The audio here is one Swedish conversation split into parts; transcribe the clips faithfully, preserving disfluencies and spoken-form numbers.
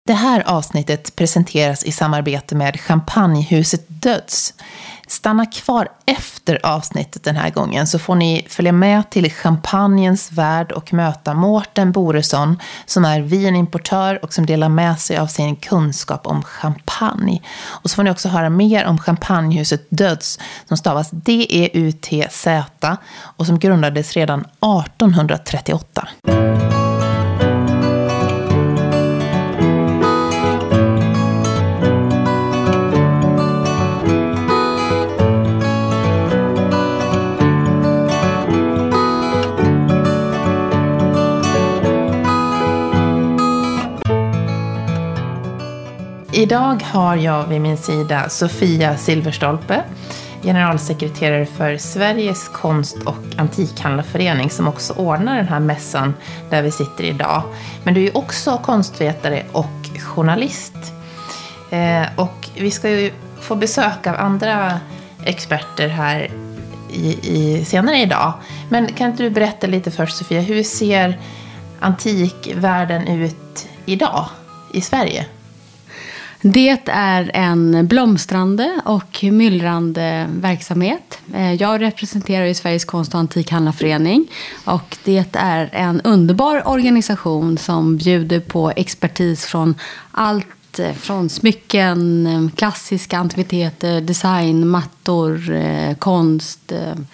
Det här avsnittet presenteras i samarbete med Champagnehuset Döds. Stanna kvar efter avsnittet den här gången så får ni följa med till champagnens värld och möta Mårten Boresson som är vinimportör och som delar med sig av sin kunskap om champagne. Och så får ni också höra mer om Champagnehuset Döds som stavas D E U T Z och som grundades redan arton trettioåtta. Idag har jag vid min sida Sofia Silverstolpe, generalsekreterare för Sveriges konst- och antikhandlarförening som också ordnar den här mässan där vi sitter idag. Men du är ju också konstvetare och journalist. Eh, och vi ska ju få besök av andra experter här i, i, senare idag. Men kan inte du berätta lite först, Sofia, hur ser antikvärlden ut idag i Sverige? Det är en blomstrande och myllrande verksamhet. Jag representerar ju Sveriges konst- och antikhandlarförening och det är en underbar organisation som bjuder på expertis från allt från smycken, klassiska antikviteter, design, mattor, konst,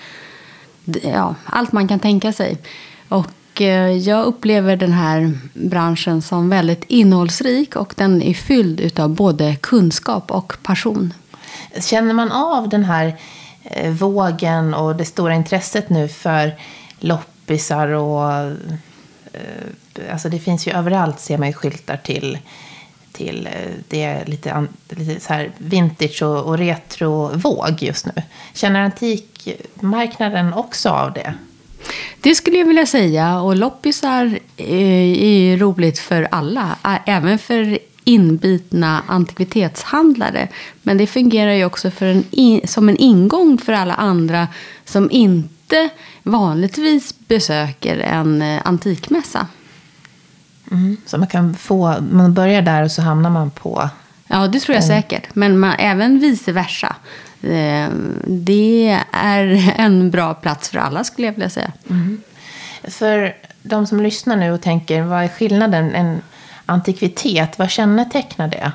ja, allt man kan tänka sig. Och jag upplever den här branschen som väldigt innehållsrik och den är fylld av både kunskap och passion. Känner man av den här eh, vågen och det stora intresset nu för loppisar och eh, alltså det finns ju överallt, ser man ju skyltar till till eh, det är lite, an, lite så här vintage och, och retro-våg just nu. Känner antikmarknaden också av det? Det skulle jag vilja säga, och loppisar är roligt för alla, även för inbitna antikvitetshandlare. Men det fungerar ju också för en in, som en ingång för alla andra som inte vanligtvis besöker en antikmässa. Mm, så man kan få, man börjar där och så hamnar man på... Ja, det tror jag mm. säkert. Men man, även vice versa. Det är en bra plats för alla, skulle jag vilja säga. Mm. För de som lyssnar nu och tänker, vad är skillnaden? En antikvitet, vad kännetecknar det?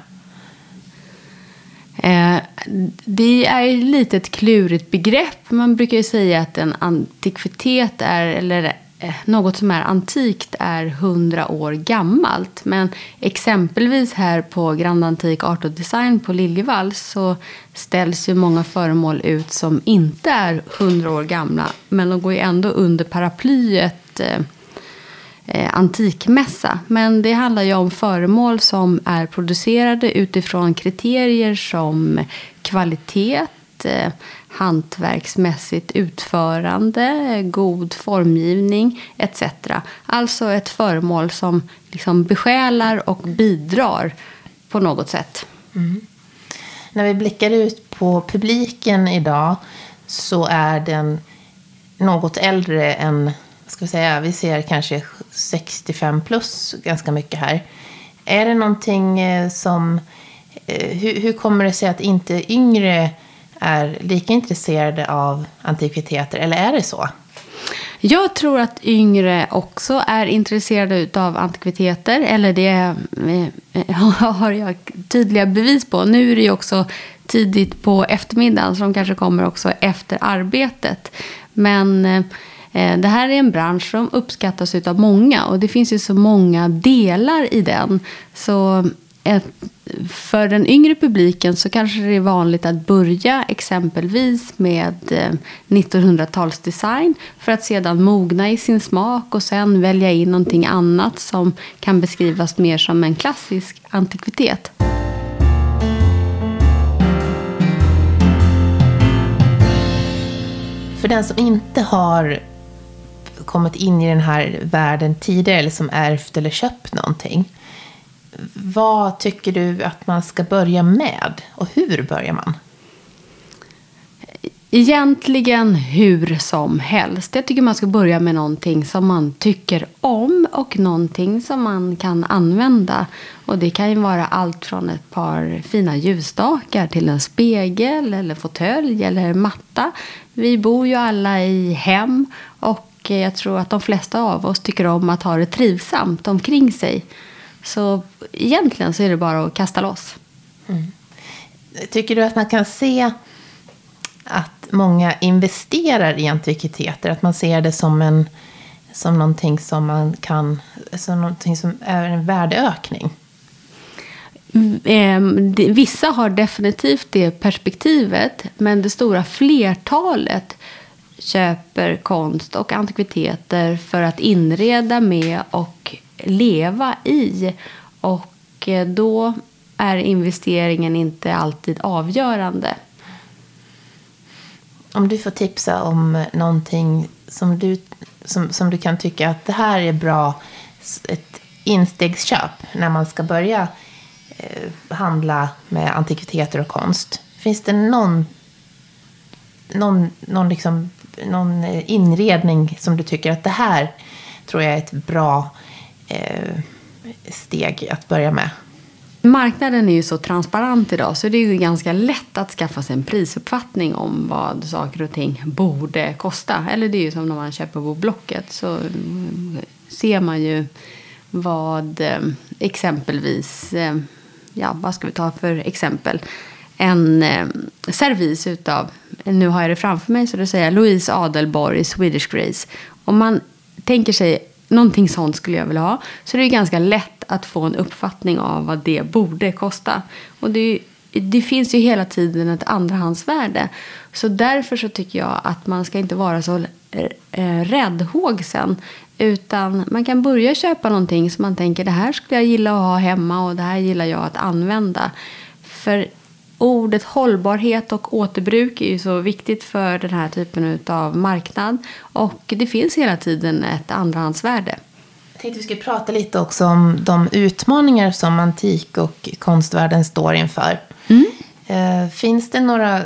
Eh, det är lite ett klurigt begrepp. Man brukar ju säga att en antikvitet är, eller något som är antikt är hundra år gammalt. Men exempelvis här på Grand Antique Art och Design på Liljevall så ställs ju många föremål ut som inte är hundra år gamla. Men de går ju ändå under paraplyet eh, antikmässa. Men det handlar ju om föremål som är producerade utifrån kriterier som kvalitet, eh, hantverksmässigt utförande, god formgivning et cetera. Alltså ett föremål som liksom besjälar och bidrar på något sätt. Mm. När vi blickar ut på publiken idag så är den något äldre än, ska vi säga, vi ser kanske sextiofem plus ganska mycket här. Är det någonting som, hur, hur kommer det sig att inte yngre är lika intresserade av antikviteter, eller är det så? Jag tror att yngre också är intresserade av antikviteter, eller det har jag tydliga bevis på. Nu är det ju också tidigt på eftermiddagen, så de kanske kommer också efter arbetet. Men eh, det här är en bransch som uppskattas av många, och det finns ju så många delar i den. Så ett, för den yngre publiken så kanske det är vanligt att börja exempelvis med nittonhundratalsdesign för att sedan mogna i sin smak och sen välja in någonting annat som kan beskrivas mer som en klassisk antikvitet. För den som inte har kommit in i den här världen tidigare eller som ärvt eller köpt någonting, vad tycker du att man ska börja med och hur börjar man? Egentligen hur som helst. Jag tycker man ska börja med någonting som man tycker om och någonting som man kan använda. Och det kan ju vara allt från ett par fina ljusstakar till en spegel eller fåtölj eller matta. Vi bor ju alla i hem och jag tror att de flesta av oss tycker om att ha det trivsamt omkring sig. Så egentligen så är det bara att kasta loss. Mm. Tycker du att man kan se att många investerar i antikviteter, att man ser det som en som någonting som man kan som någonting som är en värdeökning? Vissa har definitivt det perspektivet, men det stora flertalet köper konst och antikviteter för att inreda med och leva i, och då är investeringen inte alltid avgörande. Om du får tipsa om någonting som du, som, som du kan tycka att det här är bra, ett instegsköp när man ska börja eh, handla med antikviteter och konst. Finns det någon, någon, någon, liksom, någon inredning som du tycker att det här tror jag är ett bra eh, steg att börja med? Marknaden är ju så transparent idag, så det är ju ganska lätt att skaffa sig en prisuppfattning om vad saker och ting borde kosta. Eller det är ju som när man köper på Blocket, så ser man ju vad exempelvis, ja vad ska vi ta för exempel, en servis utav, nu har jag det framför mig så det säger Louise Adelborg i Swedish Grace. Om man tänker sig någonting sånt skulle jag vilja ha, så det är ganska lätt att få en uppfattning av vad det borde kosta. Och det, det finns ju hela tiden ett andrahandsvärde. Så därför så tycker jag att man ska inte vara så eh, räddhågsen, utan man kan börja köpa någonting som man tänker, det här skulle jag gilla att ha hemma och det här gillar jag att använda. För ordet hållbarhet och återbruk är ju så viktigt för den här typen av marknad, och det finns hela tiden ett andrahandsvärde. Jag tänkte vi skulle prata lite också om de utmaningar som antik- och konstvärlden står inför. Mm. Eh, finns det några,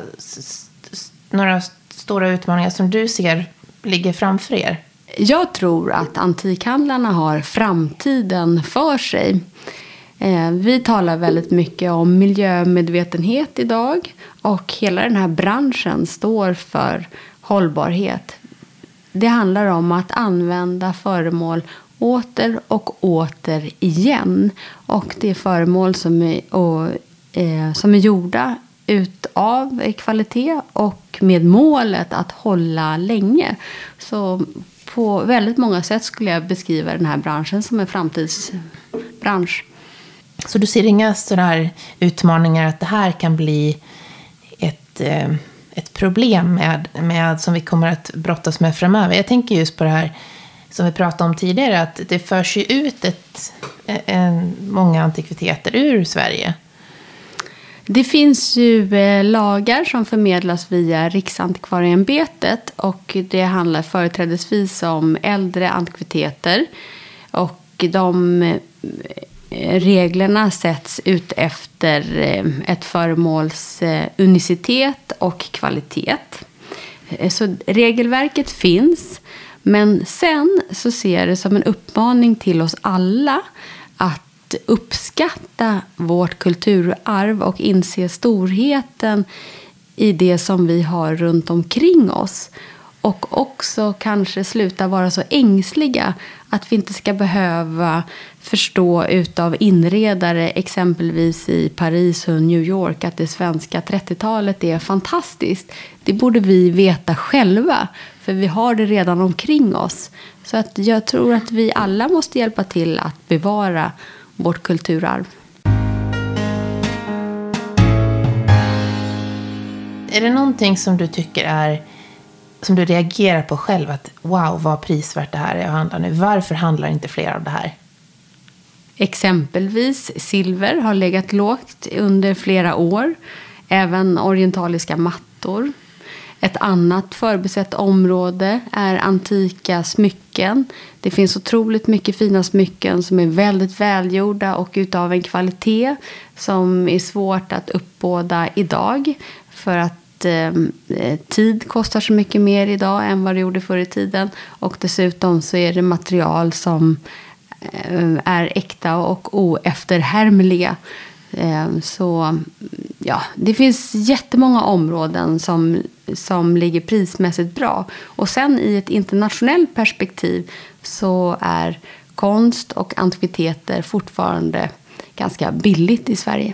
några stora utmaningar som du ser ligger framför er? Jag tror att antikhandlarna har framtiden för sig. Eh, vi talar väldigt mycket om miljömedvetenhet idag, och hela den här branschen står för hållbarhet. Det handlar om att använda föremål åter och åter igen. Och det är föremål som är, och, eh, som är gjorda utav kvalitet och med målet att hålla länge. Så på väldigt många sätt skulle jag beskriva den här branschen som en framtidsbransch. Så du ser inga sådana utmaningar att det här kan bli ett, eh, ett problem med, med, som vi kommer att brottas med framöver? Jag tänker just på det här som vi pratade om tidigare, att det förs ju ut ett, en, många antikviteter ur Sverige. Det finns ju eh, lagar som förmedlas via Riksantikvarieämbetet, och det handlar företrädesvis om äldre antikviteter, och de eh, reglerna sätts ut efter eh, ett föremåls eh, unicitet och kvalitet. Eh, så regelverket finns. Men sen så ser jag det som en uppmaning till oss alla att uppskatta vårt kulturarv och inse storheten i det som vi har runt omkring oss. Och också kanske sluta vara så ängsliga att vi inte ska behöva förstå utav inredare exempelvis i Paris och New York att det svenska trettiotalet är fantastiskt. Det borde vi veta själva, för vi har det redan omkring oss. Så att jag tror att vi alla måste hjälpa till att bevara vårt kulturarv. Är det någonting som du tycker är, som du reagerar på själv, att wow, vad prisvärt det här är att handla nu? Varför handlar inte fler av det här? Exempelvis silver har legat lågt under flera år. Även orientaliska mattor. Ett annat förbisett område är antika smycken. Det finns otroligt mycket fina smycken som är väldigt välgjorda och utav en kvalitet som är svårt att uppbåda idag. För att att eh, tid kostar så mycket mer idag än vad det gjorde förr i tiden. Och dessutom så är det material som eh, är äkta och oefterhärmliga. Eh, så ja, det finns jättemånga områden som, som ligger prismässigt bra. Och sen i ett internationellt perspektiv så är konst och antikviteter fortfarande ganska billigt i Sverige.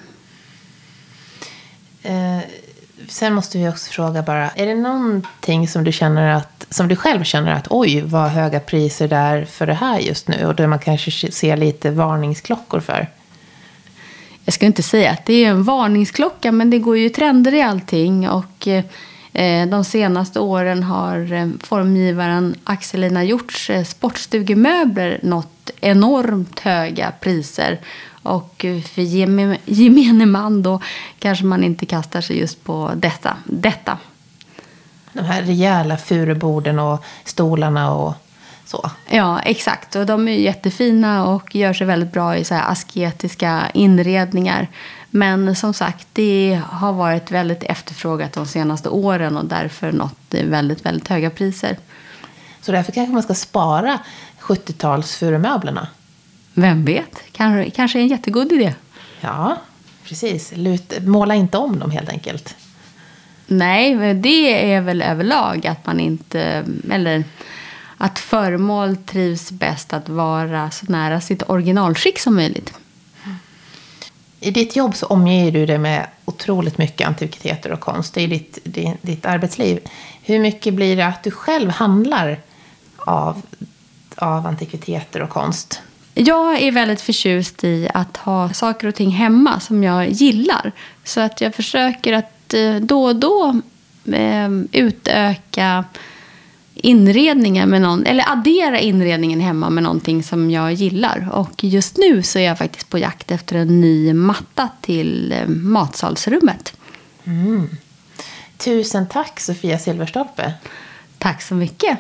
Eh, sen måste vi också fråga bara, är det någonting som du känner att, som du själv känner att oj, vad höga priser där för det här just nu, och där man kanske ser lite varningsklockor för? Jag ska inte säga att det är en varningsklocka, men det går ju trender i allting, och eh, de senaste åren har eh, formgivaren Axelina Hjorts eh, sportstugemöbler nått enormt höga priser. Och för gemene, gemene man då kanske man inte kastar sig just på detta. detta. De här rejäla furuborden och stolarna och så. Ja, exakt. Och de är jättefina och gör sig väldigt bra i så här asketiska inredningar. Men som sagt, det har varit väldigt efterfrågat de senaste åren och därför nått väldigt, väldigt höga priser. Så därför kanske man ska spara sjuttio-tals furumöblerna. Vem vet? Kanske, kanske en jättegod idé. Ja, precis. Lut, måla inte om dem helt enkelt. Nej, det är väl överlag att man inte... Eller att föremål trivs bäst att vara så nära sitt originalskick som möjligt. I ditt jobb så omger du dig med otroligt mycket antikviteter och konst. Det är ditt, ditt, ditt arbetsliv. Hur mycket blir det att du själv handlar av, av antikviteter och konst? Jag är väldigt förtjust i att ha saker och ting hemma som jag gillar. Så att jag försöker att då och då eh, utöka inredningen med någon, eller addera inredningen hemma med någonting som jag gillar. Och just nu så är jag faktiskt på jakt efter en ny matta till eh, matsalsrummet. Mm. Tusen tack Sofia Silverstolpe. Tack så mycket.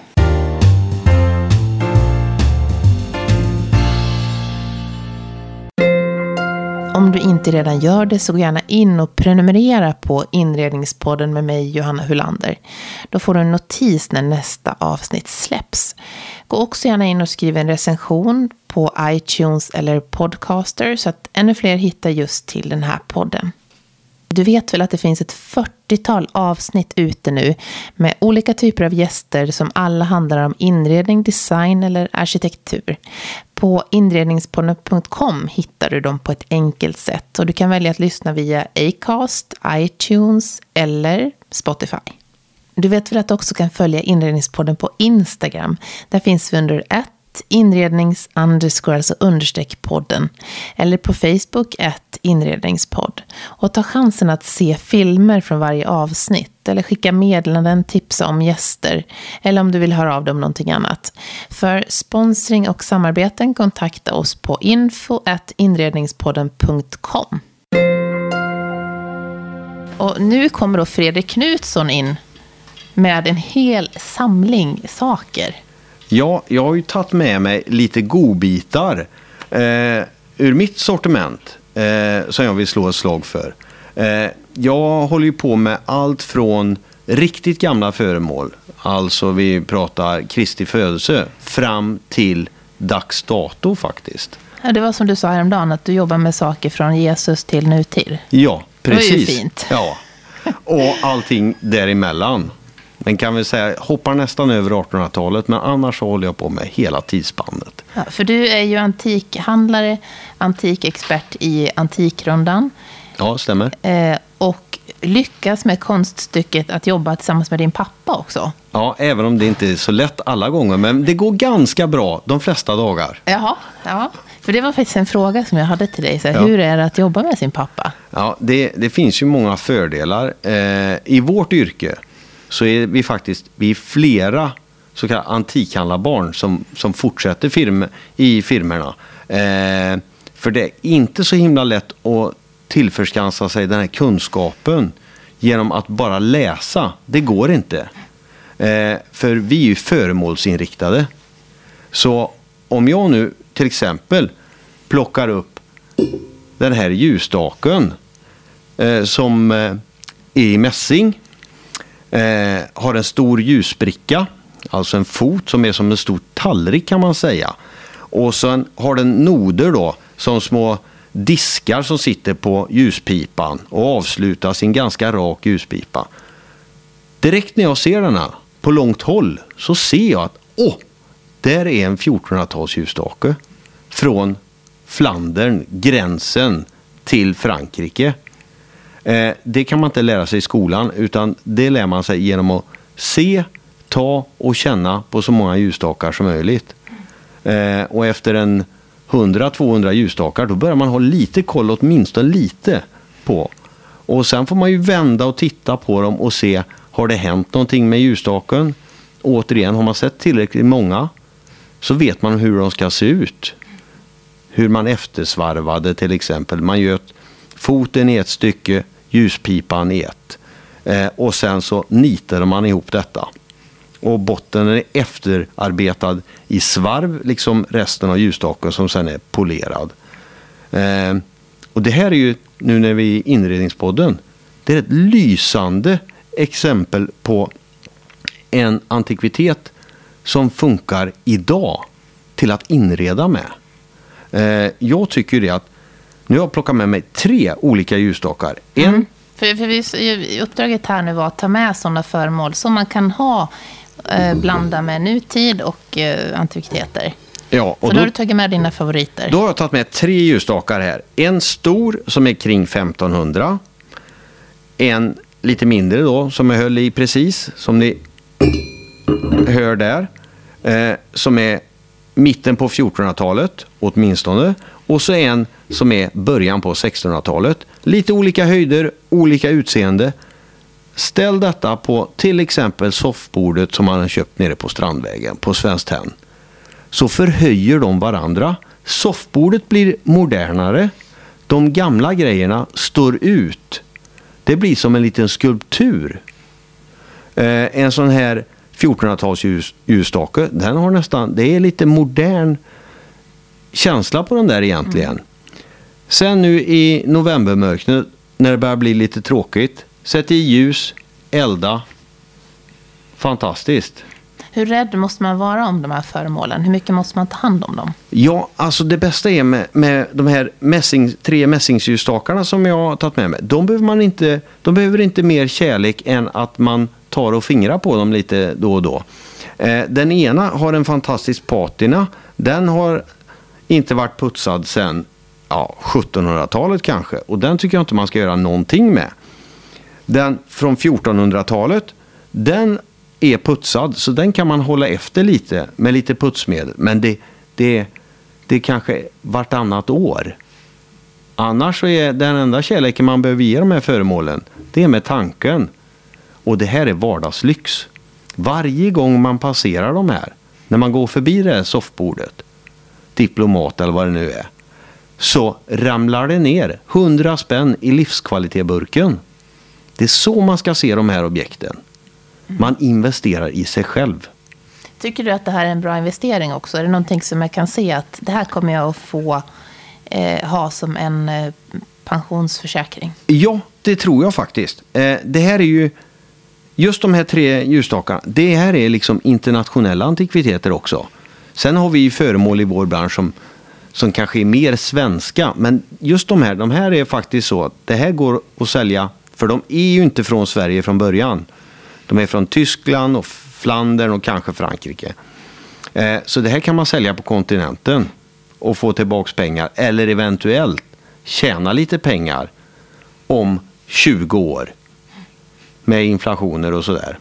Om du inte redan gör det så gå gärna in och prenumerera på Inredningspodden med mig Johanna Hulander. Då får du en notis när nästa avsnitt släpps. Gå också gärna in och skriv en recension på iTunes eller Podcaster så att ännu fler hittar just till den här podden. Du vet väl att det finns ett fyrtiotal avsnitt ute nu med olika typer av gäster som alla handlar om inredning, design eller arkitektur. På inredningspodden punkt com hittar du dem på ett enkelt sätt och du kan välja att lyssna via Acast, iTunes eller Spotify. Du vet väl att du också kan följa Inredningspodden på Instagram. Där finns vi under ett inrednings underscore, alltså understreck podden, eller på Facebook ett inredningspodd, och ta chansen att se filmer från varje avsnitt eller skicka meddelanden, tipsa om gäster eller om du vill höra av dem någonting annat. För sponsring och samarbeten kontakta oss på info at inredningspodden punkt com. Och nu kommer då Fredrik Knutsson in med en hel samling saker. Ja, jag har ju tagit med mig lite godbitar eh, ur mitt sortiment eh, som jag vill slå ett slag för. Eh, jag håller ju på med allt från riktigt gamla föremål, alltså vi pratar Kristi födelse, fram till dags dato faktiskt. Ja, det var som du sa häromdagen att du jobbar med saker från Jesus till nutid. Ja, precis. Det var ju fint. Ja, och allting däremellan. Den kan vi säga hoppar nästan över artonhundratalet, men annars håller jag på med hela tidsspannet. Ja, för du är ju antikhandlare, antikexpert i Antikrundan. Ja, stämmer. Eh, och lyckas med konststycket att jobba tillsammans med din pappa också. Ja, även om det inte är så lätt alla gånger, men det går ganska bra de flesta dagar. Jaha, ja. För det var faktiskt en fråga som jag hade till dig. Så här, ja. Hur är det att jobba med sin pappa? Ja, det, det finns ju många fördelar. Eh, I vårt yrke så är vi faktiskt vi är flera så kallade antikhandlarbarn som, som fortsätter firm, i firmerna. Eh, för det är inte så himla lätt att tillförskansa sig den här kunskapen genom att bara läsa. Det går inte. Eh, för vi är ju föremålsinriktade. Så om jag nu till exempel plockar upp den här ljusstaken eh, som eh, är i mässing. eh, har en stor ljusbricka, alltså en fot som är som en stor tallrik kan man säga. Och sen har den noder då som små diskar som sitter på ljuspipan och avslutar sin ganska rak ljuspipa. Direkt när jag ser denna på långt håll så ser jag att åh, där är en fjortonhundratals ljusstake från Flandern, gränsen till Frankrike. Eh, det kan man inte lära sig i skolan, utan det lär man sig genom att se, ta och känna på så många ljusstakar som möjligt. Eh, och efter en hundra till tvåhundra ljusstakar då börjar man ha lite koll, åtminstone lite på. Och sen får man ju vända och titta på dem och se, har det hänt någonting med ljusstaken? Återigen, har man sett tillräckligt många så vet man hur de ska se ut. Hur man eftersvarvade till exempel. Man gör foten i ett stycke, ljuspipan i ett. Eh, och sen så nitar man ihop detta. Och botten är efterarbetad i svarv, liksom resten av ljusstaken som sen är polerad. Eh, och det här är ju, nu när vi är i inredningspodden, det är ett lysande exempel på en antikvitet som funkar idag till att inreda med. Eh, jag tycker det att nu har jag plockat med mig tre olika ljusstakar. En mm. För, för vi, uppdraget här nu var att ta med sådana föremål som man kan ha, eh, blanda med nutid och eh, antikviteter. Ja, och så då, då har du tagit med dina favoriter. Då har jag tagit med tre ljusstakar här. En stor som är kring femtonhundra. En lite mindre då som jag höll i precis, som ni hör där. Eh, som är mitten på fjortonhundratalet åtminstone. Och så en som är början på sextonhundratalet. Lite olika höjder, olika utseende. Ställ detta på till exempel soffbordet som man har köpt nere på Strandvägen på Svenskt Tenn. Så förhöjer de varandra. Soffbordet blir modernare. De gamla grejerna står ut. Det blir som en liten skulptur. Eh, en sån här fjortonhundratals ljus, ljusstake, den har nästan, det är lite modern känsla på den där egentligen. Mm. Sen nu i novembermörknet när det börjar bli lite tråkigt, sätt i ljus, elda. Fantastiskt. Hur rädd måste man vara om de här föremålen? Hur mycket måste man ta hand om dem? Ja, alltså det bästa är med, med de här mässing, tre mässingsljusstakarna som jag har tagit med mig. De behöver man inte, de behöver inte mer kärlek än att man tar och fingrar på dem lite då och då. Eh, den ena har en fantastisk patina. Den har inte varit putsad sedan ja, sjuttonhundratalet kanske. Och den tycker jag inte man ska göra någonting med. Den från fjortonhundratalet, den är putsad, så den kan man hålla efter lite med lite putsmedel. Men det, det, det är kanske vartannat år. Annars så är den enda kärleken man behöver ge de här föremålen, det är med tanken. Och det här är vardagslyx. Varje gång man passerar de här, när man går förbi det här soffbordet, Diplomat eller vad det nu är, så ramlar det ner hundra spänn i livskvalitetsburken. Det är så man ska se de här objekten. Man investerar i sig själv. Tycker du att det här är en bra investering också? Är det någonting som jag kan se att det här kommer jag att få eh, ha som en eh, pensionsförsäkring? Ja, det tror jag faktiskt. Eh, det här är ju, just de här tre ljusstakarna, det här är liksom internationella antikviteter också. Sen har vi ju föremål i vår bransch som, som kanske är mer svenska. Men just de här, de här är faktiskt så att det här går att sälja, för de är ju inte från Sverige från början. De är från Tyskland och Flandern och kanske Frankrike. Eh, så det här kan man sälja på kontinenten och få tillbaka pengar. Eller eventuellt tjäna lite pengar om tjugo år. Med inflationer och sådär.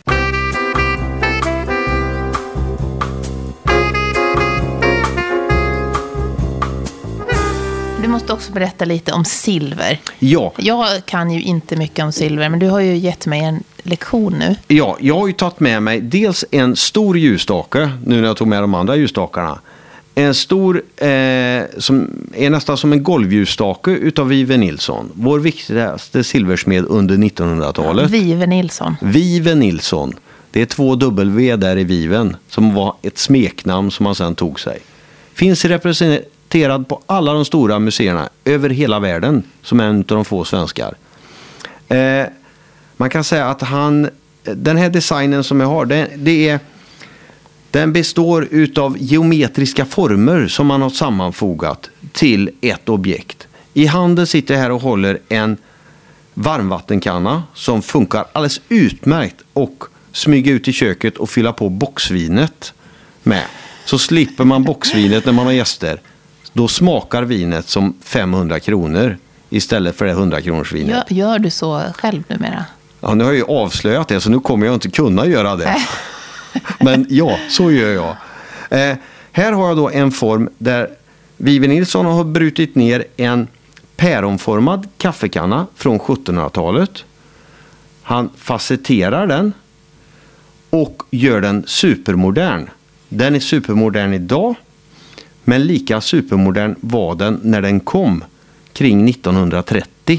Du måste också berätta lite om silver. Ja. Jag kan ju inte mycket om silver, men du har ju gett mig en lektion nu. Ja, jag har ju tagit med mig dels en stor ljusstake, nu när jag tog med de andra ljusstakarna. En stor, eh, som är nästan som en golvljusstake utav Vive Nilsson. Vår viktigaste silversmed under nittonhundratalet. Ja, Vive Nilsson. Vive Nilsson. Det är två W där i Viven, som var ett smeknamn som man sedan tog sig. Finns representerad på alla de stora museerna över hela världen, som en av de få svenskar. Eh, man kan säga att han den här designen som jag har, det, det är, den består utav geometriska former som man har sammanfogat till ett objekt. I handen sitter jag här och håller en varmvattenkanna som funkar alldeles utmärkt och smyga ut i köket och fylla på boxvinet med. Så slipper man boxvinet när man har gäster. Då smakar vinet som femhundra kronor istället för det hundra kronors vinet. Gör, gör du så själv numera? Ja, nu har jag ju avslöjat det så nu kommer jag inte kunna göra det. Men ja, så gör jag. Eh, här har jag då en form där Vive Nilsson har brutit ner en päronformad kaffekanna från sjuttonhundratalet. Han facetterar den och gör den supermodern. Den är supermodern idag, men lika supermodern var den när den kom kring nittonhundratrettio.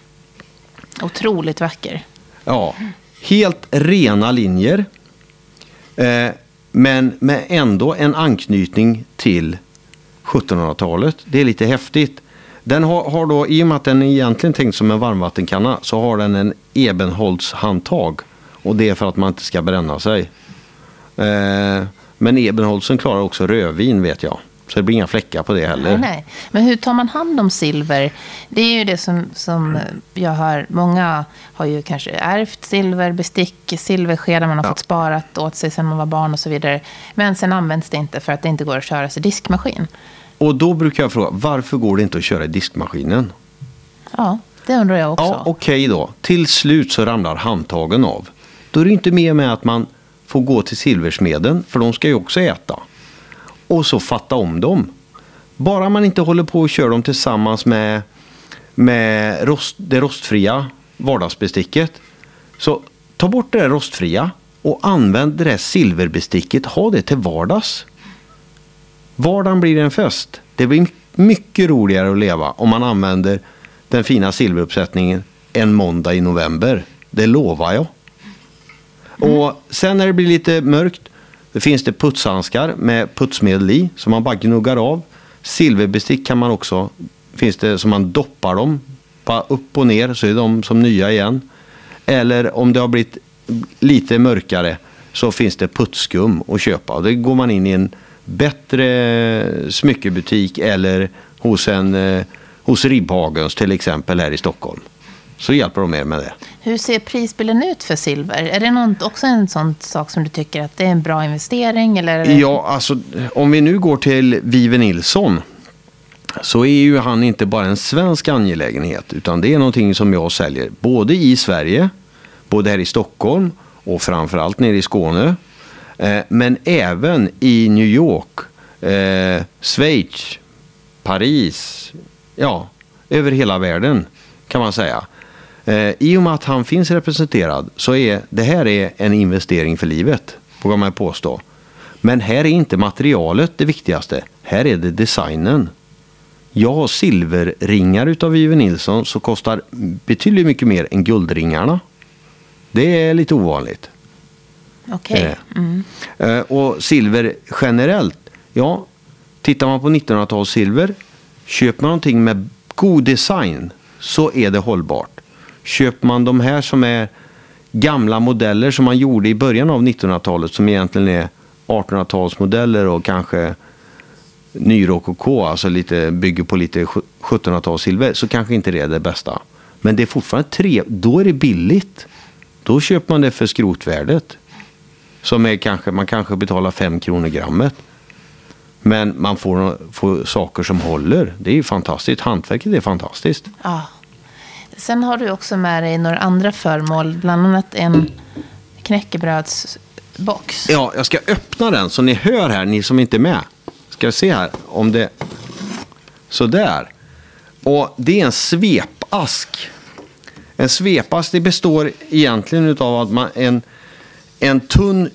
Otroligt vacker. Ja, helt rena linjer. Eh, men med ändå en anknytning till sjuttonhundratalet. Det är lite häftigt. Den har, har då, i och med att den är egentligen tänkt som en varmvattenkanna, så har den en ebenholtshandtag. Och det är för att man inte ska bränna sig. Eh, men ebenholtsen klarar också rödvin, vet jag. Så det blir inga fläckar på det heller. Nej, nej. Men hur tar man hand om silver? Det är ju det som, som jag hör. Många har ju kanske ärvt silverbestick, silverskedar man har ja. fått sparat åt sig sedan man var barn och så vidare. Men sen används det inte för att det inte går att köra sig diskmaskin. Och då brukar jag fråga, varför går det inte att köra i diskmaskinen? Ja, det undrar jag också. Ja, okej då. Till slut så ramlar handtagen av. Då är det inte mer med att man får gå till silversmeden, för de ska ju också äta. Och så fatta om dem. Bara man inte håller på och kör dem tillsammans med, med rost, det rostfria vardagsbesticket. Så ta bort det där rostfria och använd det där silverbesticket. Ha det till vardags. Vardagen blir en fest. Det blir mycket roligare att leva om man använder den fina silveruppsättningen en måndag i november. Det lovar jag. Mm. Och sen när det blir lite mörkt, det finns det putshandskar med putsmedel i som man bara gnuggar av. Silverbestick kan man också, finns det som man doppar dem bara upp och ner så är de som nya igen. Eller om det har blivit lite mörkare så finns det puttskum att köpa. Då går man in i en bättre smyckebutik eller hos en hos Ribhagens till exempel här i Stockholm. Så hjälper de er med det. Hur ser prisbilden ut för silver? Är det något, också en sån sak som du tycker att det är en bra investering? Eller är det... Ja, alltså om vi nu går till Vive Nilsson så är ju han inte bara en svensk angelägenhet utan det är någonting som jag säljer både i Sverige, både här i Stockholm och framförallt nere i Skåne. Eh, men även i New York, eh, Schweiz, Paris, ja, över hela världen kan man säga. Eh, I och med att han finns representerad så är det här är en investering för livet, vågar man påstå. Men här är inte materialet det viktigaste. Här är det designen. Jag har silverringar utav Vive Nilsson som kostar betydligt mycket mer än guldringarna. Det är lite ovanligt. Okej. Okay. Mm. Eh, och silver generellt, ja, tittar man på nittonhundratals silver, köper man någonting med god design så är det hållbart. Köper man de här som är gamla modeller som man gjorde i början av nittonhundratalet som egentligen är artonhundratalsmodeller och kanske nyrokoko, alltså lite, bygger på lite sjuttonhundratals silver, så kanske inte det är det bästa. Men det är fortfarande tre, då är det billigt. Då köper man det för skrotvärdet. Som är kanske, man kanske betalar fem kronor grammet. Men man får, får saker som håller. Det är ju fantastiskt. Hantverket är fantastiskt. Ja. Sen har du också med dig några andra föremål. Bland annat en knäckebrödsbox. Ja, jag ska öppna den så ni hör här, ni som inte är med. Ska se här om det... Sådär. Och det är en svepask. En svepask, det består egentligen utav att man... En, en tunn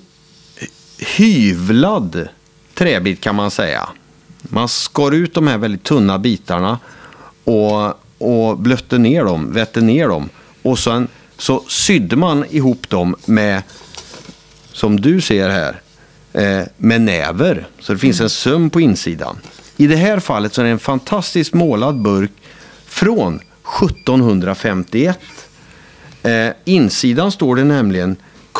hyvlad träbit kan man säga. Man skar ut de här väldigt tunna bitarna och, och blötte ner dem, vette ner dem. Och sen så sydde man ihop dem med, som du ser här, eh, med näver. Så det finns en söm på insidan. I det här fallet så är det en fantastiskt målad burk från sjuttonhundrafemtioett. Eh, insidan står det nämligen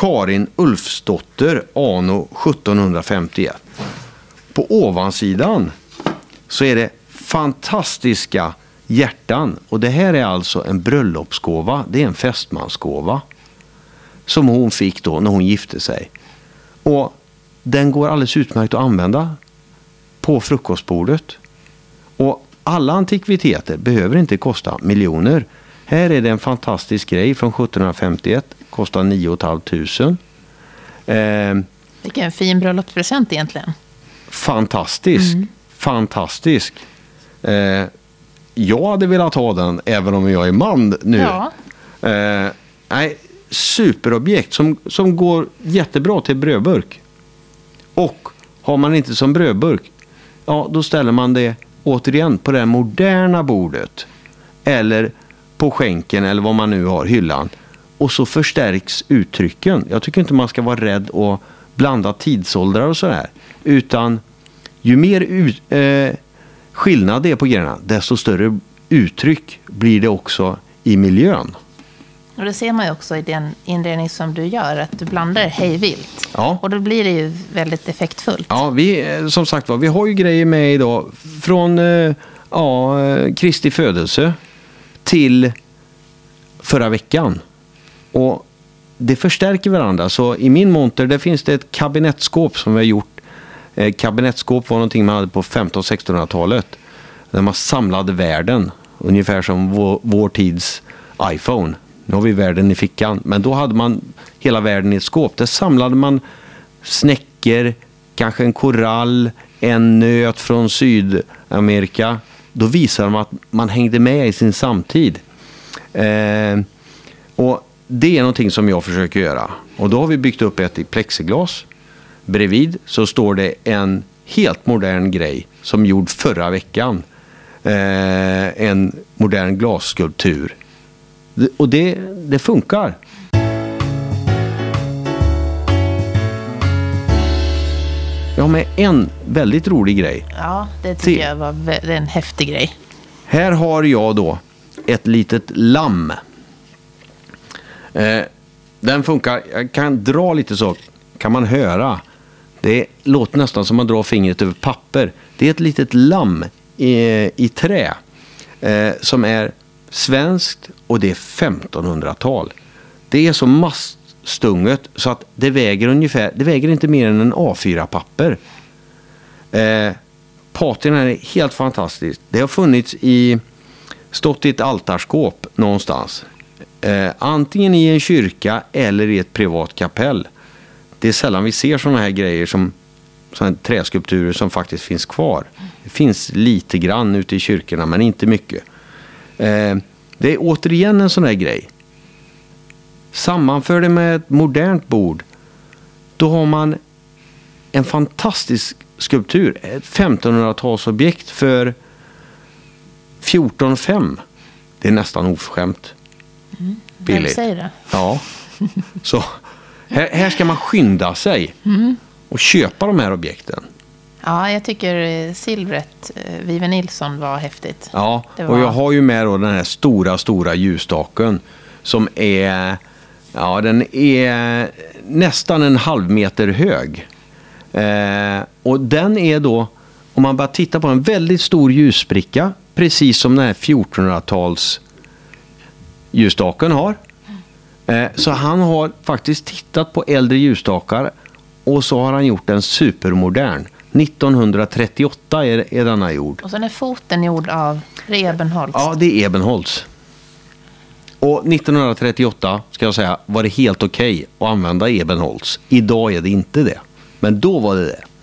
Karin Ulfsdotter anno sjuttonhundrafemtioett. På ovansidan så är det fantastiska hjärtan. Och det här är alltså en bröllopsgåva. Det är en fästmansgåva som hon fick då när hon gifte sig. Och den går alldeles utmärkt att använda på frukostbordet. Och alla antikviteter behöver inte kosta miljoner. Här är det en fantastisk grej från sjuttonhundrafemtioett. Kostar nio tusen fem hundra. Eh, Vilken fin bröllopspresent egentligen. fantastisk. Mm. Fantastisk. Eh, jag hade velat ha den även om jag är man nu. Ja. Eh, nej, superobjekt som, som går jättebra till brödburk. Och har man inte som brödburk, ja, då ställer man det återigen på det moderna bordet. Eller på skänken eller vad man nu har, hyllan. Och så förstärks uttrycken. Jag tycker inte man ska vara rädd att blanda tidsåldrar och sådär. Utan ju mer ut, eh, skillnad det är på grejerna, desto större uttryck blir det också i miljön. Och det ser man ju också i den inredning som du gör, att du blandar hejvilt. Ja. Och då blir det ju väldigt effektfullt. Ja, vi, som sagt var, vi har ju grejer med idag från eh, ja, Kristi födelse till förra veckan. Och det förstärker varandra. Så i min monter där finns det ett kabinettskåp som vi har gjort. Eh, kabinettskåp var någonting man hade på femtonhundra- och sextonhundratalet. Där man samlade världen. Ungefär som vår, vår tids iPhone. Nu har vi världen i fickan. Men då hade man hela världen i ett skåp. Där samlade man snäckor, kanske en korall, en nöt från Sydamerika. Då visade man att man hängde med i sin samtid. Eh, och det är någonting som jag försöker göra. Och då har vi byggt upp ett i plexiglas. Bredvid så står det en helt modern grej som gjord förra veckan. Eh, en modern glasskulptur. Och det, det funkar. Jag har med en väldigt rolig grej. Ja, det tycker jag var det är en häftig grej. Här har jag då ett litet lamm. Eh, den funkar, jag kan dra lite så kan man höra. Det låter nästan som man drar fingret över papper. Det är ett litet lamm i, i trä eh, som är svenskt och det är femtonhundratal. Det är så maststunget så att det väger ungefär, det väger inte mer än en A fyra-papper. Eh, Patina är helt fantastiskt. Det har funnits i, stått i ett altarskåp någonstans. Eh, antingen i en kyrka eller i ett privat kapell. Det är sällan vi ser sådana här grejer som sådana träskulpturer som faktiskt finns kvar. Det finns lite grann ute i kyrkorna men inte mycket. Eh, det är återigen en sån här grej. Sammanför det med ett modernt bord. Då har man en fantastisk skulptur. Ett femtonhundratalsobjekt för fjorton fem. Det är nästan oförskämt. Mm. Billigt. Vem säger det? Ja. Så här, här ska man skynda sig Mm. och köpa de här objekten. Ja, jag tycker silvret, Vive Nilsson, var häftigt. Ja, Det var... och jag har ju med då den här stora, stora ljusstaken som är, ja, den är nästan en halv meter hög. Eh, och den är då, om man bara tittar på en väldigt stor ljusspricka, precis som den här fjortonhundratals ljusstaken har. Eh, så han har faktiskt tittat på äldre ljusstakar och så har han gjort en supermodern. nittonhundratrettioåtta är, är denna gjord. Och sen är foten gjord av Ebenholts. Ja, det är Ebenholts. Och nittonhundratrettioåtta, ska jag säga, var det helt okej okay att använda Ebenholts. Idag är det inte det. Men då var det det.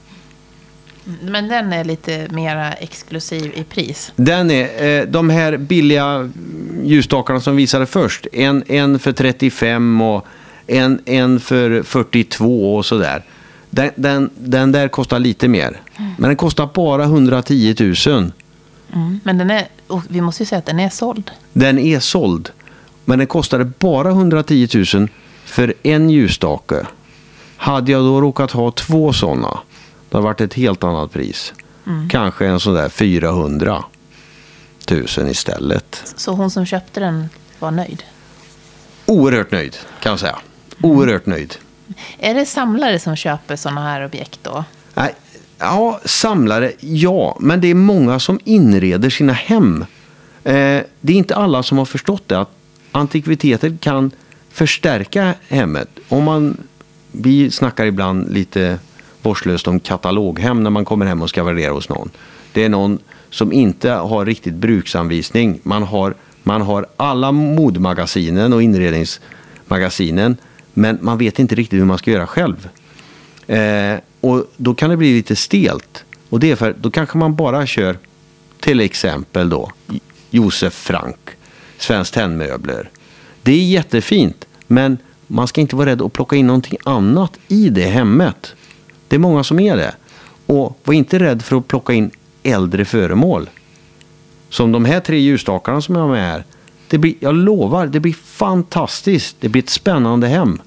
Men den är lite mera exklusiv i pris. Den är, eh, de här billiga ljusstakarna som visade först. En, en för trettiofem och en, en för fyrtiotvå och sådär. Den, den, den där kostar lite mer. Mm. Men den kostar bara hundratio tusen. Mm. Men den är, och vi måste ju säga att den är såld. Den är såld. Men den kostade bara hundratio tusen för en ljusstake. Hade jag då råkat ha två sådana, det har varit ett helt annat pris. Mm. Kanske en sån där fyrahundra tusen istället. Så hon som köpte den var nöjd? Oerhört nöjd, kan jag säga. Oerhört nöjd. Är det samlare som köper sådana här objekt då? Nej, ja, samlare, ja. Men det är många som inreder sina hem. Eh, det är inte alla som har förstått det, att antikviteter kan förstärka hemmet. Om man, vi snackar ibland lite vårdslöst om kataloghem när man kommer hem och ska värdera hos någon. Det är någon som inte har riktigt bruksanvisning. Man har, man har alla modmagasinen och inredningsmagasinen, men man vet inte riktigt hur man ska göra själv. Eh, och då kan det bli lite stelt. Och det är för, då kanske man bara kör till exempel då Josef Frank, Svenskt Tennmöbler. Det är jättefint, men man ska inte vara rädd att plocka in någonting annat i det hemmet. Det är många som är det. Och var inte rädd för att plocka in äldre föremål. Som de här tre ljusstakarna som jag har med här. Det blir, jag lovar, det blir fantastiskt. Det blir ett spännande hem.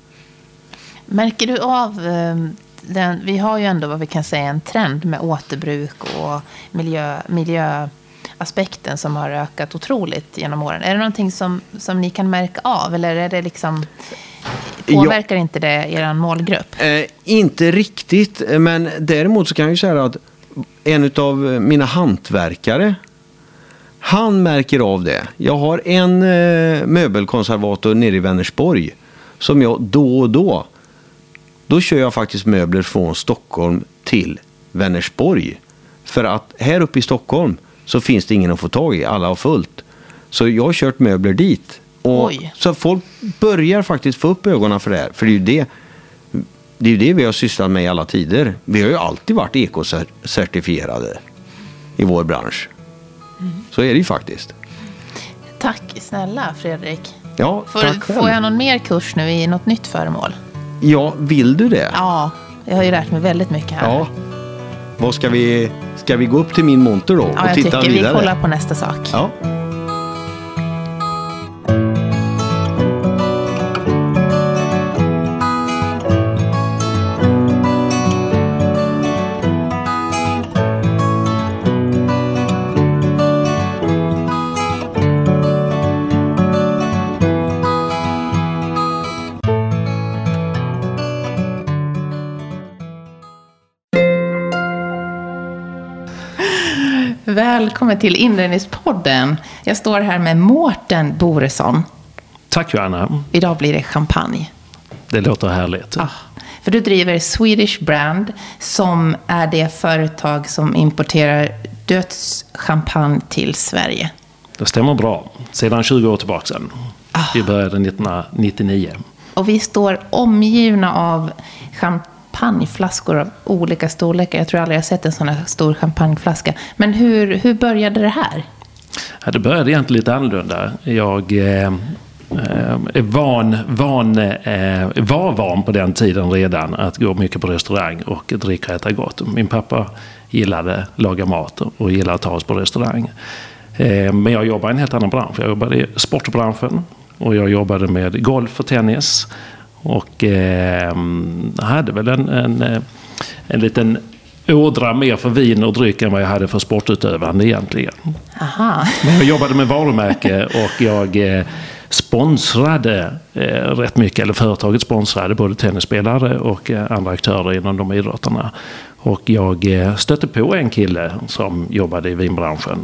Märker du av den, vi har ju ändå vad vi kan säga en trend med återbruk och miljö, miljöaspekten som har ökat otroligt genom åren. Är det någonting som, som ni kan märka av, eller är det liksom, påverkar ja. inte det er målgrupp? Eh, inte riktigt, men däremot så kan jag ju säga att en av mina hantverkare, han märker av det. Jag har en eh, möbelkonservator nere i Vänersborg som jag då och då Då kör jag faktiskt möbler från Stockholm till Vänersborg. För att här uppe i Stockholm så finns det ingen att få tag i. Alla har fullt. Så jag har kört möbler dit. Och Oj. så folk börjar faktiskt få upp ögonen för det här. För det är ju det, det, är ju det vi har sysslat med i alla tider. Vi har ju alltid varit ekocertifierade i vår bransch. Mm. Så är det ju faktiskt. Tack snälla Fredrik. Ja, får, tack själv. Får jag någon mer kurs nu i något nytt föremål? Ja, vill du det? Ja, jag har ju lärt mig väldigt mycket här. Ja. Vad ska vi, ska vi gå upp till min monter då? Ja, och jag titta tycker vidare? Vi kollar på nästa sak. Ja. Välkommen till Inredningspodden. Jag står här med Mårten Boresson. Tack Johanna. Idag blir det champagne. Det låter härligt. Ah, för du driver Swedish Brand som är det företag som importerar dödschampagne till Sverige. Det stämmer bra. Sedan tjugo år tillbaka sedan. Ah. Vi började nittonhundranittionio. Och vi står omgivna av champagne. champagneflaskor av olika storlekar. Jag tror aldrig jag sett en sån här stor champagneflaska. Men hur, hur började det här? Ja, det började egentligen lite annorlunda. Jag eh, är van, van, eh, var van på den tiden redan att gå mycket på restaurang och dricka och äta gott. Min pappa gillade laga mat och gillade att ta oss på restaurang. Eh, men jag jobbade i en helt annan bransch. Jag jobbade i sportbranschen och jag jobbade med golf och tennis. Och eh, hade väl en, en, en liten ådra mer för vin och dryck än vad jag hade för sportutövande egentligen. Aha. Men jag jobbade med varumärke och jag eh, sponsrade eh, rätt mycket, eller företaget sponsrade både tennisspelare och eh, andra aktörer inom de idrotterna. Och jag eh, stötte på en kille som jobbade i vinbranschen,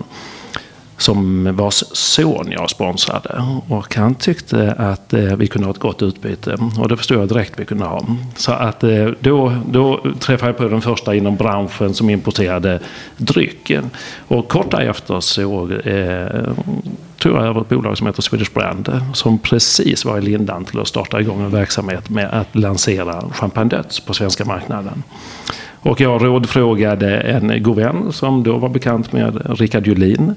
som vars son jag sponsrade. Och han tyckte att eh, vi kunde ha ett gott utbyte. Och det förstod jag direkt vi kunde ha. Så att eh, då, då träffade jag på den första inom branschen som importerade drycken. Och kort därefter så eh, tog jag över ett bolag som heter Swedish Brand. Som precis var i lindan till att starta igång en verksamhet med att lansera Champagne Döds på svenska marknaden. Och jag rådfrågade en god vän som då var bekant med Rickard Julin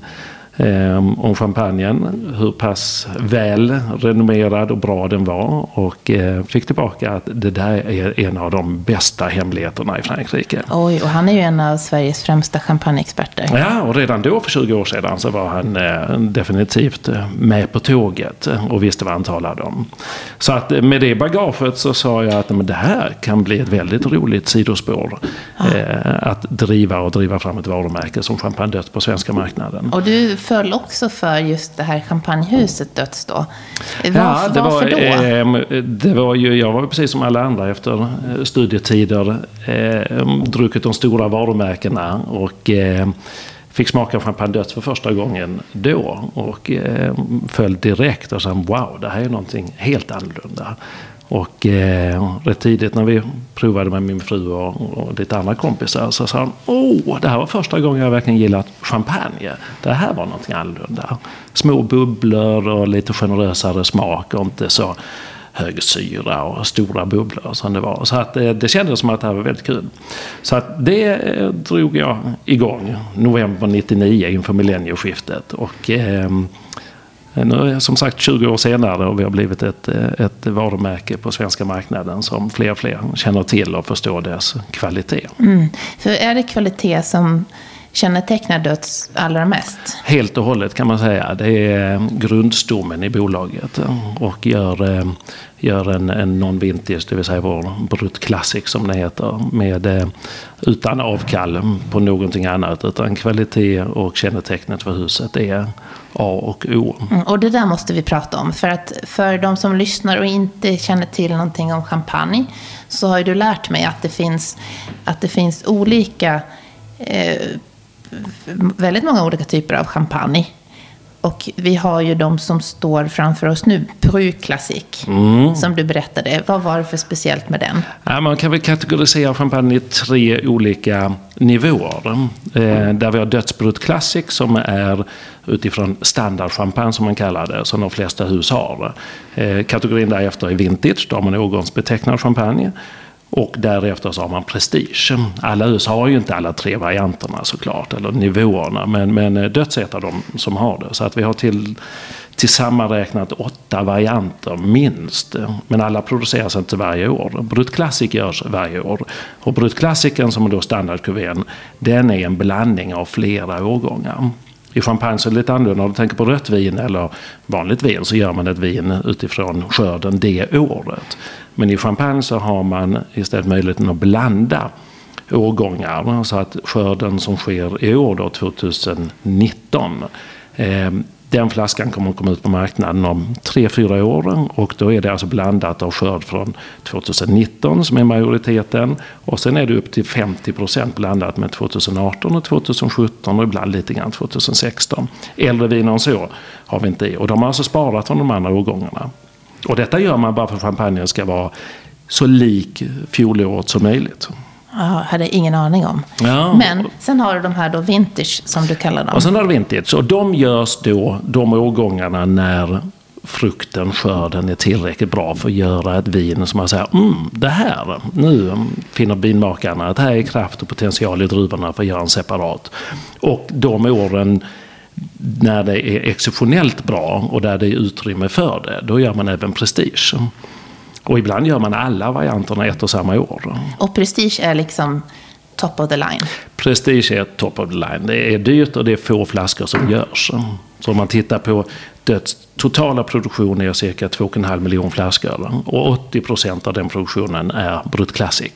eh, om champagnen, hur pass väl renommerad och bra den var, och eh, fick tillbaka att det där är en av de bästa hemligheterna i Frankrike. Oj, och han är ju en av Sveriges främsta champagneexperter. Ja, och redan då för tjugo år sedan så var han eh, definitivt med på tåget och visste vad han talade om. Så att med det bagaget så sa jag att men det här kan bli ett väldigt roligt sidospår. Ah. Eh, att driva och driva fram ett varumärke som Champagne Döds på svenska marknaden. Och du föll också för just det här champagnehuset Döds då. Var, ja, det varför var, då? Eh, det var ju, jag var precis som alla andra efter studietider eh, druckit de stora varumärkena och eh, fick smaka champagne Döds för första gången då och eh, föll direkt och sa wow, det här är någonting helt annorlunda. Och eh, rätt tidigt när vi provade med min fru och, och lite andra kompisar så sa han, åh, det här var första gången jag verkligen gillat champagne. Det här var någonting annorlunda. Små bubblor och lite generösare smak och inte så hög syra och stora bubblor som det var. Så att eh, det kändes som att det här var väldigt kul. Så att det eh, drog jag igång november nittionio inför millennieskiftet och eh, nu är jag som sagt tjugo år senare och vi har blivit ett, ett varumärke på svenska marknaden som fler och fler känner till och förstår dess kvalitet. Mm. För är det kvalitet som kännetecknar Döds allra mest? Helt och hållet kan man säga. Det är grundstommen i bolaget och gör, gör en, en non-vintage, det vill säga vår Brut Classic som det heter, med, utan avkall på någonting annat, utan kvalitet och kännetecknet för huset är A och O. Mm, och det där måste vi prata om, för att för de som lyssnar och inte känner till någonting om champagne så har ju du lärt mig att det finns, att det finns olika eh, väldigt många olika typer av champagne. Och vi har ju de som står framför oss nu, Brut Classic, mm. som du berättade. Vad var det för speciellt med den? Ja, man kan väl kategorisera champagne i tre olika nivåer. Eh, där vi har Döds Brut Classic som är utifrån standardchampagne som man kallar det, som de flesta hus har. Eh, kategorin därefter är vintage, då har man årgångsbetecknad champagne. Och därefter så har man prestige. Alla hus har ju inte alla tre varianterna såklart, eller nivåerna, men, men Döds är ett av dem som har det. Så att vi har till, till sammanräknat åtta varianter minst. Men alla produceras inte varje år. Brut Classic görs varje år. Och Brut Classicen som är då standardkuvén, den är en blandning av flera årgångar. I champagne så är det lite annorlunda. När du tänker på rött vin eller vanligt vin så gör man ett vin utifrån skörden det året. Men i champagne så har man istället möjligheten att blanda årgångar så att skörden som sker i år då, tjugonitton, eh, den flaskan kommer att komma ut på marknaden om tre fyra år och då är det alltså blandat av skörd från tjugonitton som är majoriteten och sen är det upp till femtio procent blandat med tjugoarton och tjugosjutton och ibland lite grann tjugosexton. Äldre viner än så har vi inte i och de har alltså sparat från de andra årgångarna. Och detta gör man bara för att champagnen ska vara så lik fjolåret som möjligt. Ja, hade ingen aning om. Ja. Men sen har du de här då vintage som du kallar dem. Och sen har du vintage och de görs då de årgångarna när frukten, skörden är tillräckligt bra för att göra ett vin som man säger, mm, det här, nu finner vinmakarna att här är kraft och potential i druvorna för att göra en separat. Och de åren när det är exceptionellt bra och där det är utrymme för det, då gör man även prestige. Och ibland gör man alla varianterna ett och samma år. Och prestige är liksom top of the line? Prestige är top of the line. Det är dyrt och det är få flaskor som görs. Så om man tittar på Döds totala produktion är cirka två och en halv miljon flaskor. Och åttio procent av den produktionen är Brut Classic.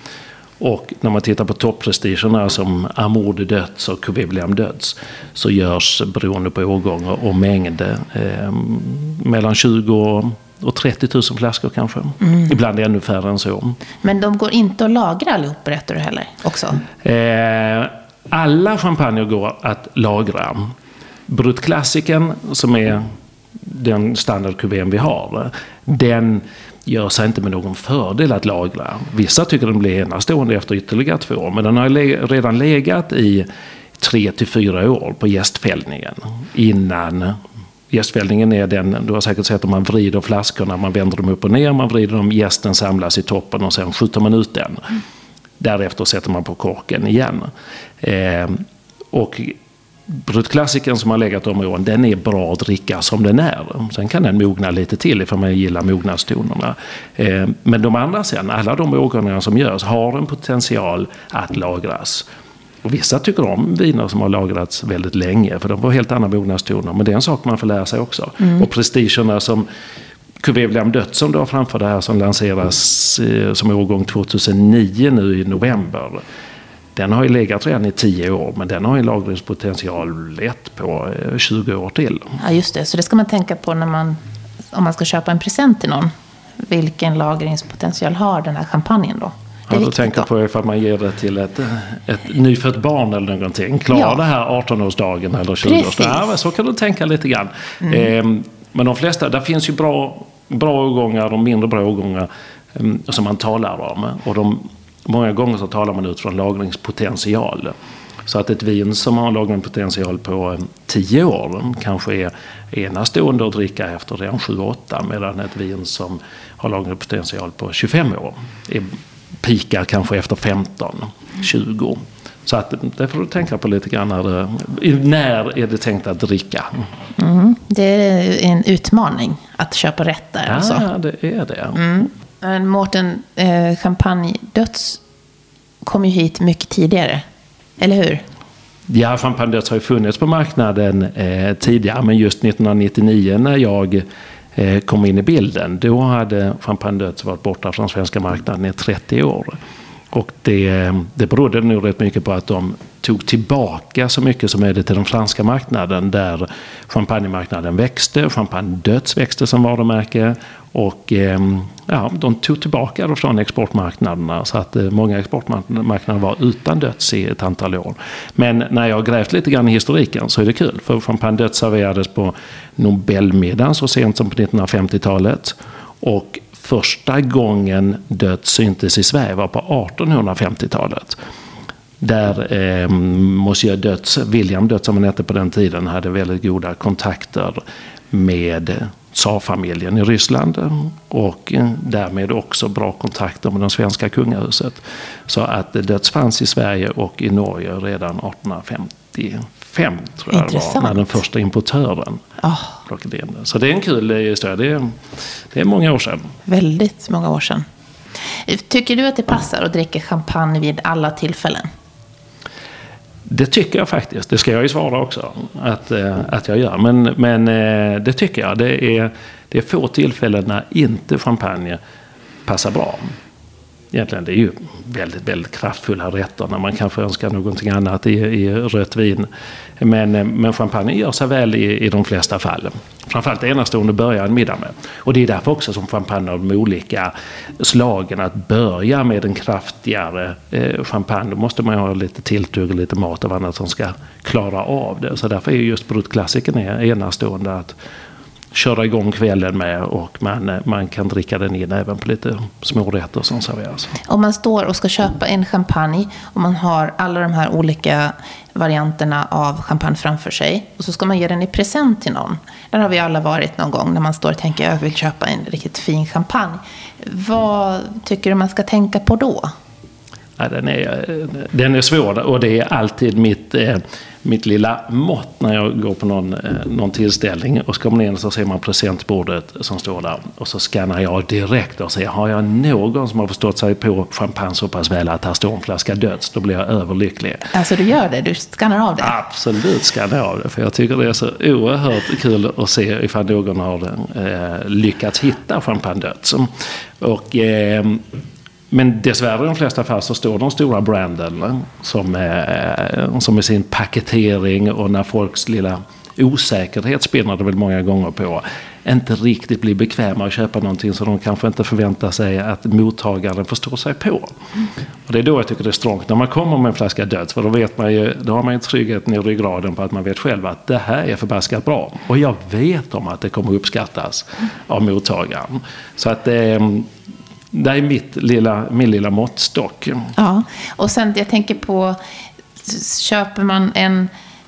Och när man tittar på topprestigerna som Amour de Döds och Cuvée William Döds så görs beroende på årgångar och mängd eh, mellan tjugo och trettio tusen flaskor kanske. Mm. Ibland är det ännu färre än så. Men de går inte att lagra allihop, berättar du heller också? Eh, alla champagner går att lagra. Brut Classicen som är den standardkuvén vi har, den gör sig inte med någon fördel att lagra. Vissa tycker den blir enastående efter ytterligare två år, men den har le- redan legat i tre till fyra år på jästfällningen innan. Jästfällningen är den, du har säkert sett om man vrider flaskorna, man vänder dem upp och ner, man vrider dem, jästen samlas i toppen och sen skjuter man ut den. Mm. Därefter sätter man på korken igen. Eh, och Brut Classicen som har legat om åren, den är bra att dricka som den är. Sen kan den mogna lite till ifall man gillar mognadstonerna. Eh, men de andra sen, alla de årgångarna som görs har en potential att lagras. Och vissa tycker om viner som har lagrats väldigt länge för de får helt andra mognadstoner. Men det är en sak man får lära sig också. Mm. Och prestigerna som Cuvée William Döds som du har framför det här som lanseras eh, som årgång tjugohundranio nu i november. den har ju legat redan i tio år, men den har ju lagringspotential lätt på tjugo år till. Ja, just det. Så det ska man tänka på när man, om man ska köpa en present till någon. Vilken lagringspotential har den här champagnen då? Ja, då tänker på ifall man ger det till ett, ett nyfött barn eller någonting. Klarar ja. det här arton-årsdagen eller tjugo-årsdagen? Ja, så kan du tänka lite grann. Mm. Eh, men de flesta, där finns ju bra, bra årgångar och mindre bra årgångar eh, som man talar om. Och de, många gånger så talar man ut från lagringspotential. Så att ett vin som har lagringspotential på tio år kanske är enastående att dricka efter redan sju åtta, medan ett vin som har lagringspotential på tjugofem år är pikar kanske efter femton tjugo. Så att det får du tänka på lite grann. När, när är det tänkt att dricka? Mm, det är en utmaning att köpa rätt där. Ja, alltså. det är det. Mm. Mårten, eh, Champagne Döds kom ju hit mycket tidigare. Eller hur? Ja, Champagne Döds har ju funnits på marknaden eh, tidigare. Men just nittonhundranittionio när jag eh, kom in i bilden, då hade Champagne Döds varit borta från svenska marknaden i trettio år. Och det, det berodde nog rätt mycket på att de tog tillbaka så mycket som möjligt till den franska marknaden, där champagnemarknaden växte, Champagne Döds växte som varumärke, och ja, de tog tillbaka det från exportmarknaderna, så att många exportmarknader var utan Döds i ett antal år. Men när jag har grävt lite grann i historiken så är det kul, för Champagne Döds serverades på Nobelmiddagen så sent som på nittonhundrafemtiotalet, och första gången Döds syntes i Sverige var på artonhundrafemtiotalet. Där eh, Monsieur Döds, William Döds som han hette på den tiden, hade väldigt goda kontakter med tsarfamiljen i Ryssland och därmed också bra kontakter med det svenska kungahuset. Så att Döds fanns i Sverige och i Norge redan artonhundrafemtiofem, tror jag det var, när den första importören oh. plockade in det. Så det är en kul historia. Det är, det är många år sedan. Väldigt många år sedan. Tycker du att det passar att dricka champagne vid alla tillfällen? Det tycker jag faktiskt. Det ska jag ju svara också att, att jag gör. Men, men det tycker jag. Det är, det är få tillfällen när inte champagne passar bra. Egentligen det är ju väldigt, väldigt kraftfulla rätter när man kanske önskar någonting annat i, i rött vin. Men, men champagne gör sig väl i, i de flesta fall. Framförallt enastående börja en middag med. Och det är därför också som champagne har de olika slagen. Att börja med en kraftigare eh, champagne, då måste man ha lite tilltugg och lite mat och annat som ska klara av det. Så därför är just brutklassiken enastående att köra igång kvällen med, och man, man kan dricka den in även på lite smårätter som serveras. Om man står och ska köpa en champagne och man har alla de här olika varianterna av champagne framför sig, och så ska man ge den i present till någon. Där har vi alla varit någon gång när man står och tänker jag vill köpa en riktigt fin champagne. Vad tycker du man ska tänka på då? Ja, den, är, den är svår, och det är alltid mitt, eh, mitt lilla mått när jag går på någon, eh, någon tillställning och så kommer man in och så ser man presentbordet som står där, och så skannar jag direkt och säger, har jag någon som har förstått sig på champagne så pass väl att här står en flaska Döds, då blir jag överlycklig. Alltså du gör det, du skannar av det? Absolut skannar jag av det, för jag tycker det är så oerhört kul att se ifall någon har eh, lyckats hitta champagne Döds. Och eh, men dessvärre i de flesta fall så står de stora branden som, eh, som med sin paketering och när folks lilla osäkerhet spinner det väl många gånger på, inte riktigt blir bekväma att köpa någonting som de kanske inte förväntar sig att mottagaren förstår sig på. Och det är då jag tycker det är strångt när man kommer med en flaska Döds, för då vet man ju, då har man ju tryggheten i ryggraden på att man vet själv att det här är förbaskat bra. Och jag vet om att det kommer uppskattas av mottagaren. Så att eh, det är mitt lilla, min lilla måttstock. Ja, och sen jag tänker på, köper man en,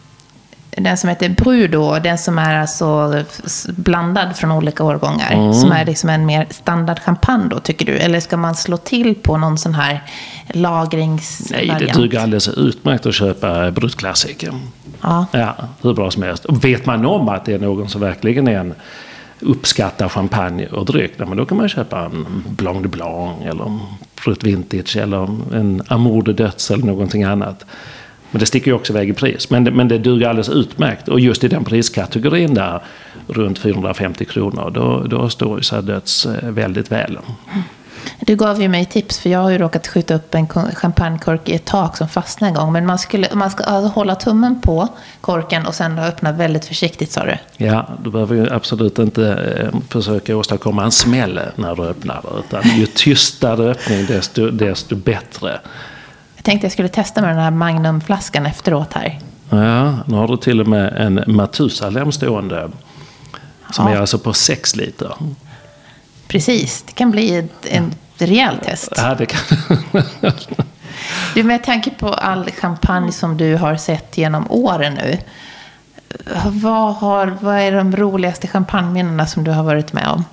den som heter Brut då, den som är alltså blandad från olika årgångar, mm. som är liksom en mer standard champagne då, tycker du? Eller ska man slå till på någon sån här lagringsvariant? Nej, det duger alldeles utmärkt att köpa Brut Classic. Ja. Ja, hur bra som helst. Och vet man om att det är någon som verkligen är en uppskattar champagne och dryck, men då kan man köpa en Blanc de Blanc eller en Brut Vintage eller en Amour de Döds eller någonting annat. Men det sticker ju också iväg i pris. Men det, men det duger alldeles utmärkt. Och just i den priskategorin där, runt fyrahundrafemtio kronor, då, då står ju så Döds väldigt väl. Du gav ju mig tips, för jag har ju råkat skjuta upp en champagnekork i ett tak som fastnade en gång. Men man, skulle, man ska alltså hålla tummen på korken och sen öppna väldigt försiktigt, sa du. Ja, du behöver ju absolut inte eh, försöka åstadkomma en smäll när du öppnar. Utan ju tystare öppning desto, desto bättre. Jag tänkte jag skulle testa med den här Magnumflaskan efteråt här. Ja, nu har du till och med en Matusalem stående. Som Ja. är alltså på sex liter. Precis, det kan bli ett, en rejäl test. Ja, det kan. Du, med tanke på all champagne som du har sett genom åren nu. Vad, har, vad är de roligaste champagneminnena som du har varit med om?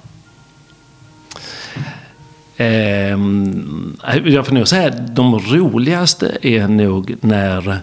Eh, jag får nog säga att de roligaste är nog när,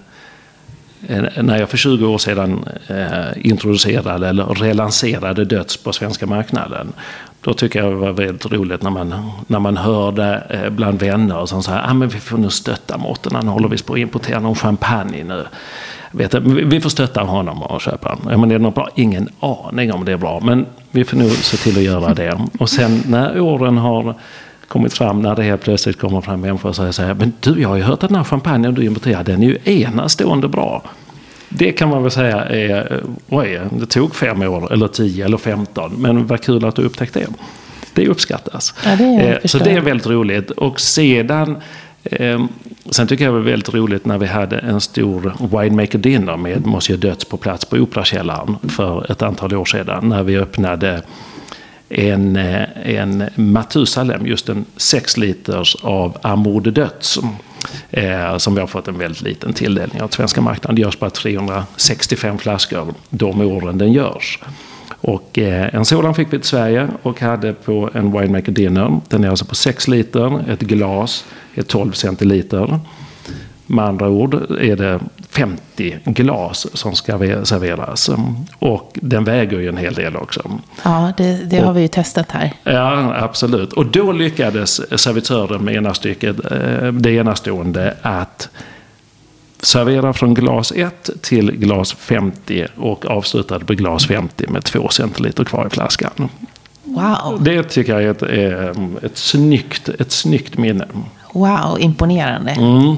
när jag för tjugo år sedan eh, introducerade eller relanserade Döds på svenska marknaden. Då tycker jag det var väldigt roligt när man, när man hörde eh, bland vänner som sa ah, men vi får nu stötta måtten, han håller visst på att importera någon champagne nu. Vet du, vi får stötta honom och köpa den. Ja, men det är nog bra. Ingen aning om det är bra, men vi får nog se till att göra det. Och sen när åren har kommit fram, när det helt plötsligt kommer fram människor och säger så här, men du, jag har ju hört att den här champagnen du importerar, den är ju enastående bra. Det kan man väl säga är, oj, det tog fem år eller tio eller femton, men vad kul att du upptäckte det. Det uppskattas. Ja, det är eh, så det är väldigt roligt. Och sedan eh, sen tycker jag det var väldigt roligt när vi hade en stor winemaker dinner med Monsieur Döds på plats på Operakällaren för ett antal år sedan, när vi öppnade en, en Matusalem, just en sex liters av Amour de Döds, eh, som vi har fått en väldigt liten tilldelning av svenska marknaden. Det görs bara trehundrasextiofem flaskor de åren den görs. Och eh, en sådan fick vi till Sverige och hade på en winemaker dinner. Den är alltså på sex liter, ett glas är tolv centiliter. Med andra ord är det femtio glas som ska serveras. Och den väger ju en hel del också. Ja, det, det har vi ju testat här. Ja, absolut. Och då lyckades servitören med ena stycket, det enastående, att servera från glas ett till glas femtio och avslutade på glas femtio med två centiliter kvar i flaskan. Wow. Det tycker jag är ett, är ett, snyggt, ett snyggt minne. Wow, imponerande. Mm.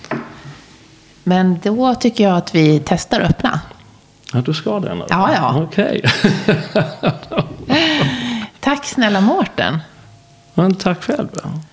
Men då tycker jag att vi testar att öppna. Ja, du ska det nu. Ja, ja. Okej. Tack snälla Mårten. Men tack själv.